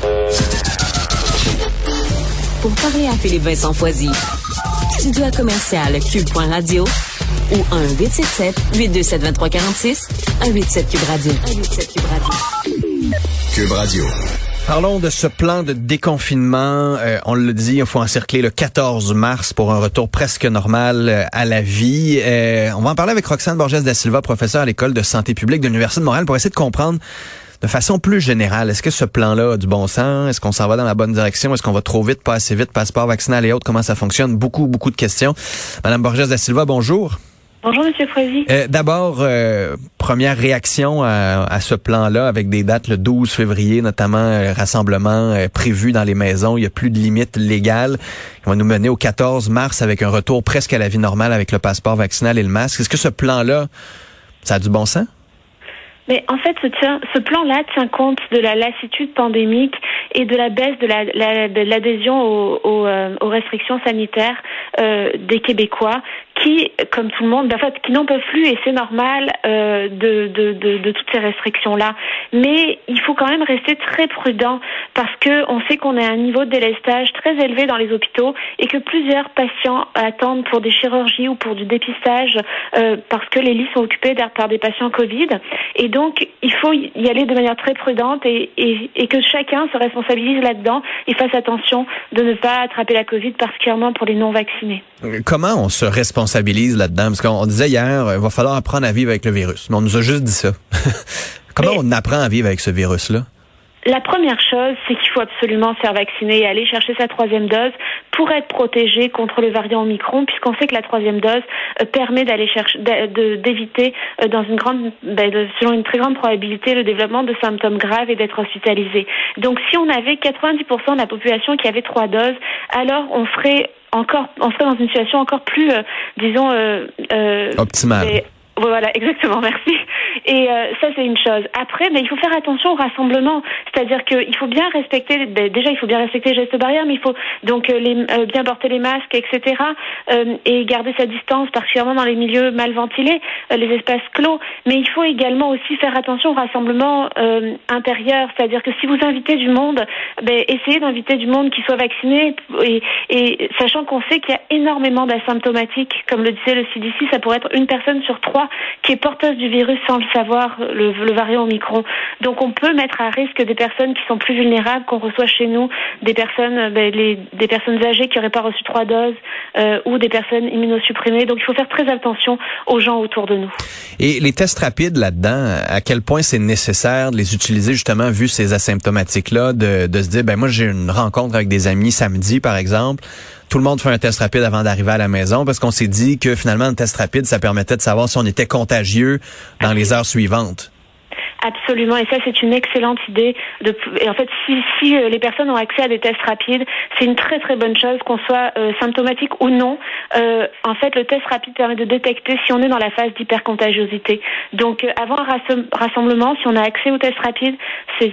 Pour parler à Philippe-Vincent Foisy, studio à commercial cube.radio ou 1-877-827-2346, 187 Cube Radio. 187 Cube Radio. Cube Radio. Parlons de ce plan de déconfinement. On le dit, il faut encercler le 14 mars pour un retour presque normal à la vie. On va en parler avec Roxane Borges da Silva, professeure à l'École de santé publique de l'Université de Montréal, pour essayer de comprendre de façon plus générale. Est-ce que ce plan-là a du bon sens? Est-ce qu'on s'en va dans la bonne direction? Est-ce qu'on va trop vite, pas assez vite? Passeport vaccinal et autres, comment ça fonctionne? Beaucoup de questions. Madame Borges da Silva, bonjour. Bonjour, Monsieur Foisy. D'abord, première réaction à ce plan-là, avec des dates le 12 février, notamment rassemblement prévu dans les maisons. Il n'y a plus de limite légale. On va nous mener au 14 mars avec un retour presque à la vie normale avec le passeport vaccinal et le masque. Est-ce que ce plan-là, ça a du bon sens? Mais en fait, ce plan-là tient compte de la lassitude pandémique et de la baisse de l'adhésion aux restrictions sanitaires des Québécois qui, comme tout le monde, en fait, qui n'en peuvent plus, et c'est normal de toutes ces restrictions-là. Mais il faut quand même rester très prudent parce que on sait qu'on a un niveau de délestage très élevé dans les hôpitaux et que plusieurs patients attendent pour des chirurgies ou pour du dépistage parce que les lits sont occupés par des patients Covid. Et donc, il faut y aller de manière très prudente et que chacun se responsabilise là-dedans et fasse attention de ne pas attraper la Covid, particulièrement pour les non-vaccinés. Comment on se responsabilise là-dedans? Parce qu'on disait hier, il va falloir apprendre à vivre avec le virus. Mais on nous a juste dit ça. Comment on apprend à vivre avec ce virus-là? La première chose, c'est qu'il faut absolument se faire vacciner et aller chercher sa 3e dose pour être protégé contre le variant Omicron, puisqu'on sait que la 3e dose permet d'aller chercher, d'éviter selon une très grande probabilité, le développement de symptômes graves et d'être hospitalisé. Donc, si on avait 90% de la population qui avait 3 doses, alors on serait dans une situation encore plus, optimale. Voilà, exactement, merci. Et ça, c'est une chose. Après, il faut faire attention au rassemblement. C'est-à-dire qu'il faut bien respecter, déjà, il faut bien respecter les gestes barrières, mais il faut donc bien porter les masques, etc. Et garder sa distance, particulièrement dans les milieux mal ventilés, les espaces clos. Mais il faut également aussi faire attention au rassemblement intérieur. C'est-à-dire que si vous invitez du monde, essayez d'inviter du monde qui soit vacciné et sachant qu'on sait qu'il y a énormément d'asymptomatiques, comme le disait le CDC, ça pourrait être une personne sur 3 qui est porteuse du virus sans le savoir, le variant Omicron. Donc on peut mettre à risque des personnes qui sont plus vulnérables, qu'on reçoit chez nous, des personnes des personnes âgées qui n'auraient pas reçu 3 doses ou des personnes immunosupprimées. Donc il faut faire très attention aux gens autour de nous. Et les tests rapides là-dedans, à quel point c'est nécessaire de les utiliser justement vu ces asymptomatiques-là, de se dire, moi j'ai une rencontre avec des amis samedi par exemple, tout le monde fait un test rapide avant d'arriver à la maison parce qu'on s'est dit que finalement un test rapide, ça permettait de savoir si on était contagieux dans les heures suivantes. Absolument, et ça c'est une excellente idée. Et en fait, si les personnes ont accès à des tests rapides, c'est une très très bonne chose, qu'on soit symptomatique ou non. En fait, le test rapide permet de détecter si on est dans la phase d'hypercontagiosité. Donc, avant un rassemblement, si on a accès au test rapide, c'est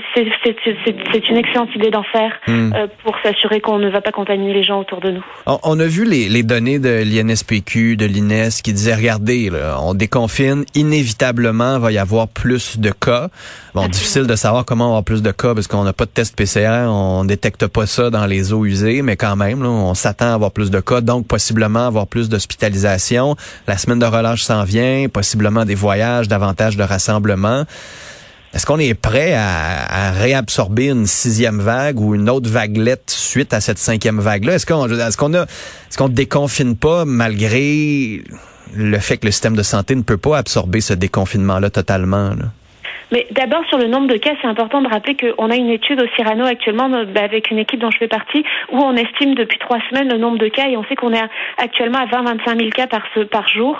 une excellente idée d'en faire pour s'assurer qu'on ne va pas contaminer les gens autour de nous. On a vu les données de l'INSPQ, de l'INES qui disaient, regardez, là, on déconfine, inévitablement, il va y avoir plus de cas. Bon, difficile de savoir comment avoir plus de cas parce qu'on n'a pas de test PCR, on détecte pas ça dans les eaux usées, mais quand même, là, on s'attend à avoir plus de cas, donc possiblement avoir plus d'hospitalisation. La semaine de relâche s'en vient, possiblement des voyages, davantage de rassemblements. Est-ce qu'on est prêt à réabsorber une 6e vague ou une autre vaguelette suite à cette 5e vague-là? Est-ce qu'on déconfine pas malgré le fait que le système de santé ne peut pas absorber ce déconfinement-là totalement, là? Mais d'abord, sur le nombre de cas, c'est important de rappeler qu'on a une étude au Cyrano actuellement avec une équipe dont je fais partie où on estime depuis 3 semaines le nombre de cas et on sait qu'on est actuellement à 20-25 000 cas par jour.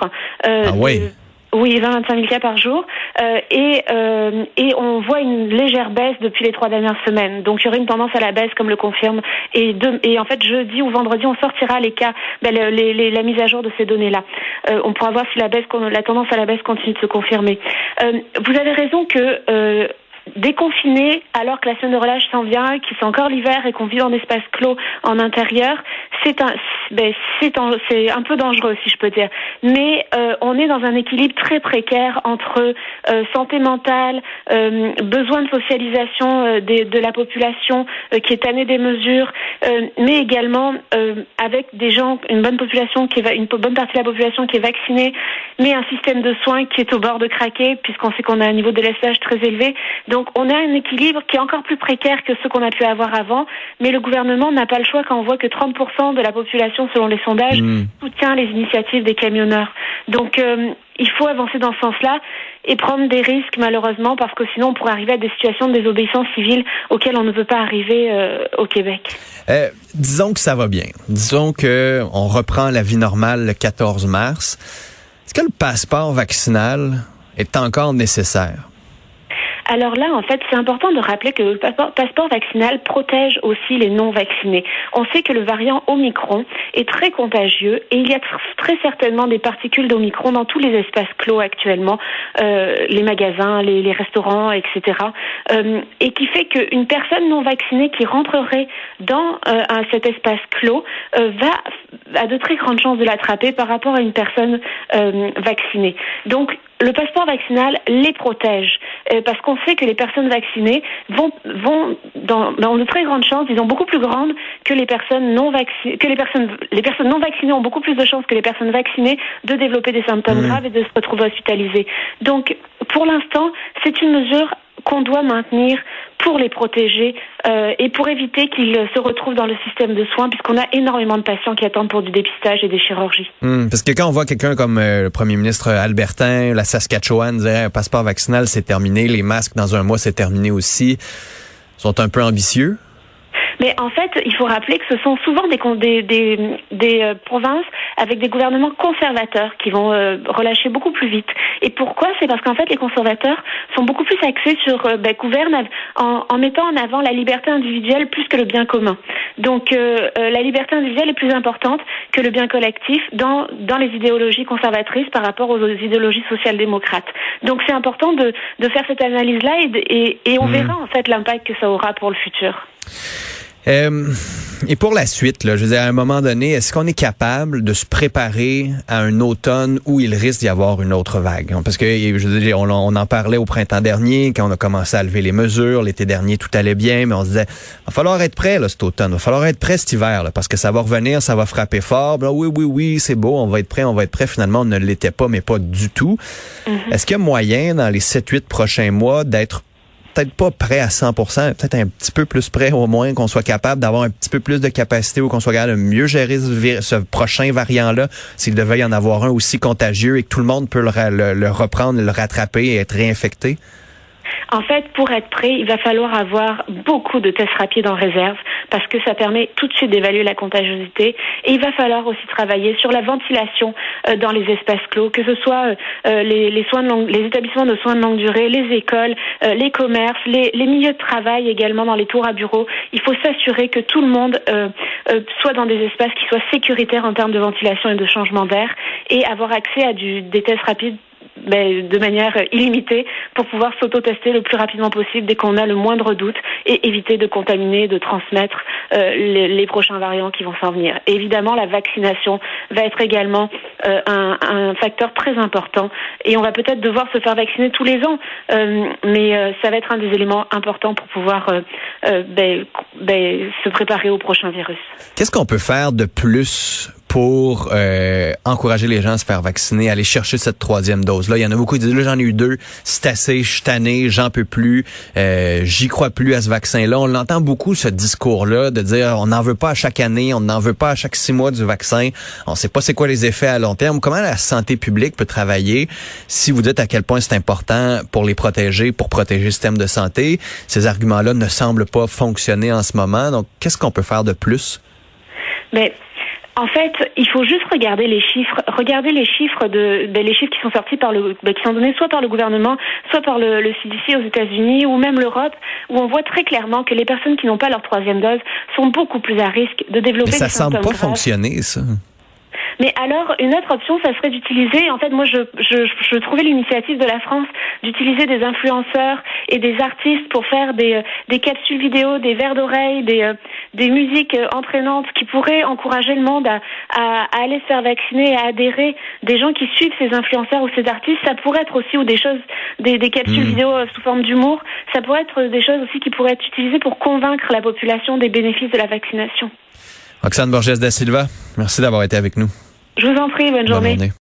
Oui, 20-25 000 cas par jour. Et on voit une légère baisse depuis les 3 dernières semaines. Donc, il y aurait une tendance à la baisse, comme le confirme. Et en fait, jeudi ou vendredi, on sortira les cas, la mise à jour de ces données-là. On pourra voir si la tendance à la baisse continue de se confirmer. Vous avez raison que déconfiner alors que la semaine de relâche s'en vient, qu'il c'est encore l'hiver et qu'on vit en espace clos en intérieur, c'est un peu dangereux, si je peux dire. Mais on est dans un équilibre très précaire entre santé mentale, besoin de socialisation de la population qui est tannée des mesures, mais également avec des gens, une bonne population une bonne partie de la population qui est vaccinée, mais un système de soins qui est au bord de craquer, puisqu'on sait qu'on a un niveau de délestage très élevé. Donc on a un équilibre qui est encore plus précaire que ce qu'on a pu avoir avant, mais le gouvernement n'a pas le choix quand on voit que 30% de la population, selon les sondages, soutient les initiatives des camionneurs. Donc il faut avancer dans ce sens-là et prendre des risques, malheureusement, parce que sinon on pourrait arriver à des situations de désobéissance civile auxquelles on ne peut pas arriver au Québec. Disons que ça va bien. Disons que on reprend la vie normale le 14 mars. Est-ce que le passeport vaccinal est encore nécessaire? Alors là, en fait, c'est important de rappeler que le passeport vaccinal protège aussi les non-vaccinés. On sait que le variant Omicron est très contagieux et il y a très certainement des particules d'Omicron dans tous les espaces clos actuellement, les magasins, les restaurants, etc. Et qui fait qu'une personne non vaccinée qui rentrerait dans cet espace clos a de très grandes chances de l'attraper par rapport à une personne vaccinée. Donc, le passeport vaccinal les protège parce qu'on sait que les personnes vaccinées vont dans de très grandes chances, disons beaucoup plus grandes que les personnes non vaccinées, les personnes non vaccinées ont beaucoup plus de chances que les personnes vaccinées de développer des symptômes graves et de se retrouver hospitalisées. Donc, pour l'instant, c'est une mesure qu'on doit maintenir pour les protéger et pour éviter qu'ils se retrouvent dans le système de soins, puisqu'on a énormément de patients qui attendent pour du dépistage et des chirurgies. Parce que quand on voit quelqu'un comme le premier ministre Albertin, la Saskatchewan, dire un passeport vaccinal, c'est terminé, les masques dans un mois, c'est terminé aussi, sont un peu ambitieux. Mais en fait, il faut rappeler que ce sont souvent des provinces avec des gouvernements conservateurs qui vont relâcher beaucoup plus vite. Et pourquoi? C'est parce qu'en fait, les conservateurs sont beaucoup plus axés sur gouvernent en mettant en avant la liberté individuelle plus que le bien commun. Donc, la liberté individuelle est plus importante que le bien collectif dans les idéologies conservatrices par rapport aux idéologies social-démocrates. Donc, c'est important de faire cette analyse-là et on verra en fait l'impact que ça aura pour le futur. Et pour la suite, là, je veux dire, à un moment donné, est-ce qu'on est capable de se préparer à un automne où il risque d'y avoir une autre vague? Parce que, je veux dire, on en parlait au printemps dernier, quand on a commencé à lever les mesures. L'été dernier, tout allait bien, mais on se disait, va falloir être prêt, là, cet automne. Va falloir être prêt cet hiver, là, parce que ça va revenir, ça va frapper fort. Ben, oui, c'est beau, on va être prêt. Finalement, on ne l'était pas, mais pas du tout. Est-ce qu'il y a moyen, dans les 7-8 prochains mois, d'être peut-être pas prêt à 100%, peut-être un petit peu plus prêt au moins, qu'on soit capable d'avoir un petit peu plus de capacité ou qu'on soit capable de mieux gérer ce prochain variant-là, s'il devait y en avoir un aussi contagieux et que tout le monde peut le reprendre, le rattraper et être réinfecté? En fait, pour être prêt, il va falloir avoir beaucoup de tests rapides en réserve parce que ça permet tout de suite d'évaluer la contagiosité. Et il va falloir aussi travailler sur la ventilation dans les espaces clos, que ce soit les établissements de soins de longue durée, les écoles, les commerces, les milieux de travail également dans les tours à bureaux. Il faut s'assurer que tout le monde soit dans des espaces qui soient sécuritaires en termes de ventilation et de changement d'air et avoir accès à des tests rapides de manière illimitée pour pouvoir s'auto-tester le plus rapidement possible dès qu'on a le moindre doute et éviter de contaminer, de transmettre les prochains variants qui vont s'en venir. Et évidemment, la vaccination va être également un facteur très important et on va peut-être devoir se faire vacciner tous les ans, mais ça va être un des éléments importants pour pouvoir se préparer au prochain virus. Qu'est-ce qu'on peut faire de plus pour encourager les gens à se faire vacciner, aller chercher cette 3e dose-là? Il y en a beaucoup qui disent, là, j'en ai eu 2, c'est assez, je suis tanné, j'en peux plus, j'y crois plus à ce vaccin-là. On l'entend beaucoup, ce discours-là, de dire, on n'en veut pas à chaque année, on n'en veut pas à chaque 6 mois du vaccin, on sait pas c'est quoi les effets à long terme. Comment la santé publique peut travailler si vous dites à quel point c'est important pour les protéger, pour protéger le système de santé? Ces arguments-là ne semblent pas fonctionner en ce moment. Donc, qu'est-ce qu'on peut faire de plus? Mais en fait, il faut juste regarder les chiffres. Regardez les chiffres les chiffres qui sont sortis qui sont donnés soit par le gouvernement, soit par le CDC aux États-Unis ou même l'Europe, où on voit très clairement que les personnes qui n'ont pas leur 3e dose sont beaucoup plus à risque de développer des symptômes graves. Mais ça semble pas fonctionner, ça. Mais alors, une autre option, ça serait d'utiliser, en fait, moi, je trouvais l'initiative de la France d'utiliser des influenceurs et des artistes pour faire des capsules vidéo, des verres d'oreille, des musiques entraînantes qui pourraient encourager le monde à aller se faire vacciner et à adhérer, des gens qui suivent ces influenceurs ou ces artistes. Ça pourrait être aussi, ou des choses, des capsules vidéo sous forme d'humour, ça pourrait être des choses aussi qui pourraient être utilisées pour convaincre la population des bénéfices de la vaccination. Roxane Borges da Silva, merci d'avoir été avec nous. Je vous en prie, bonne journée.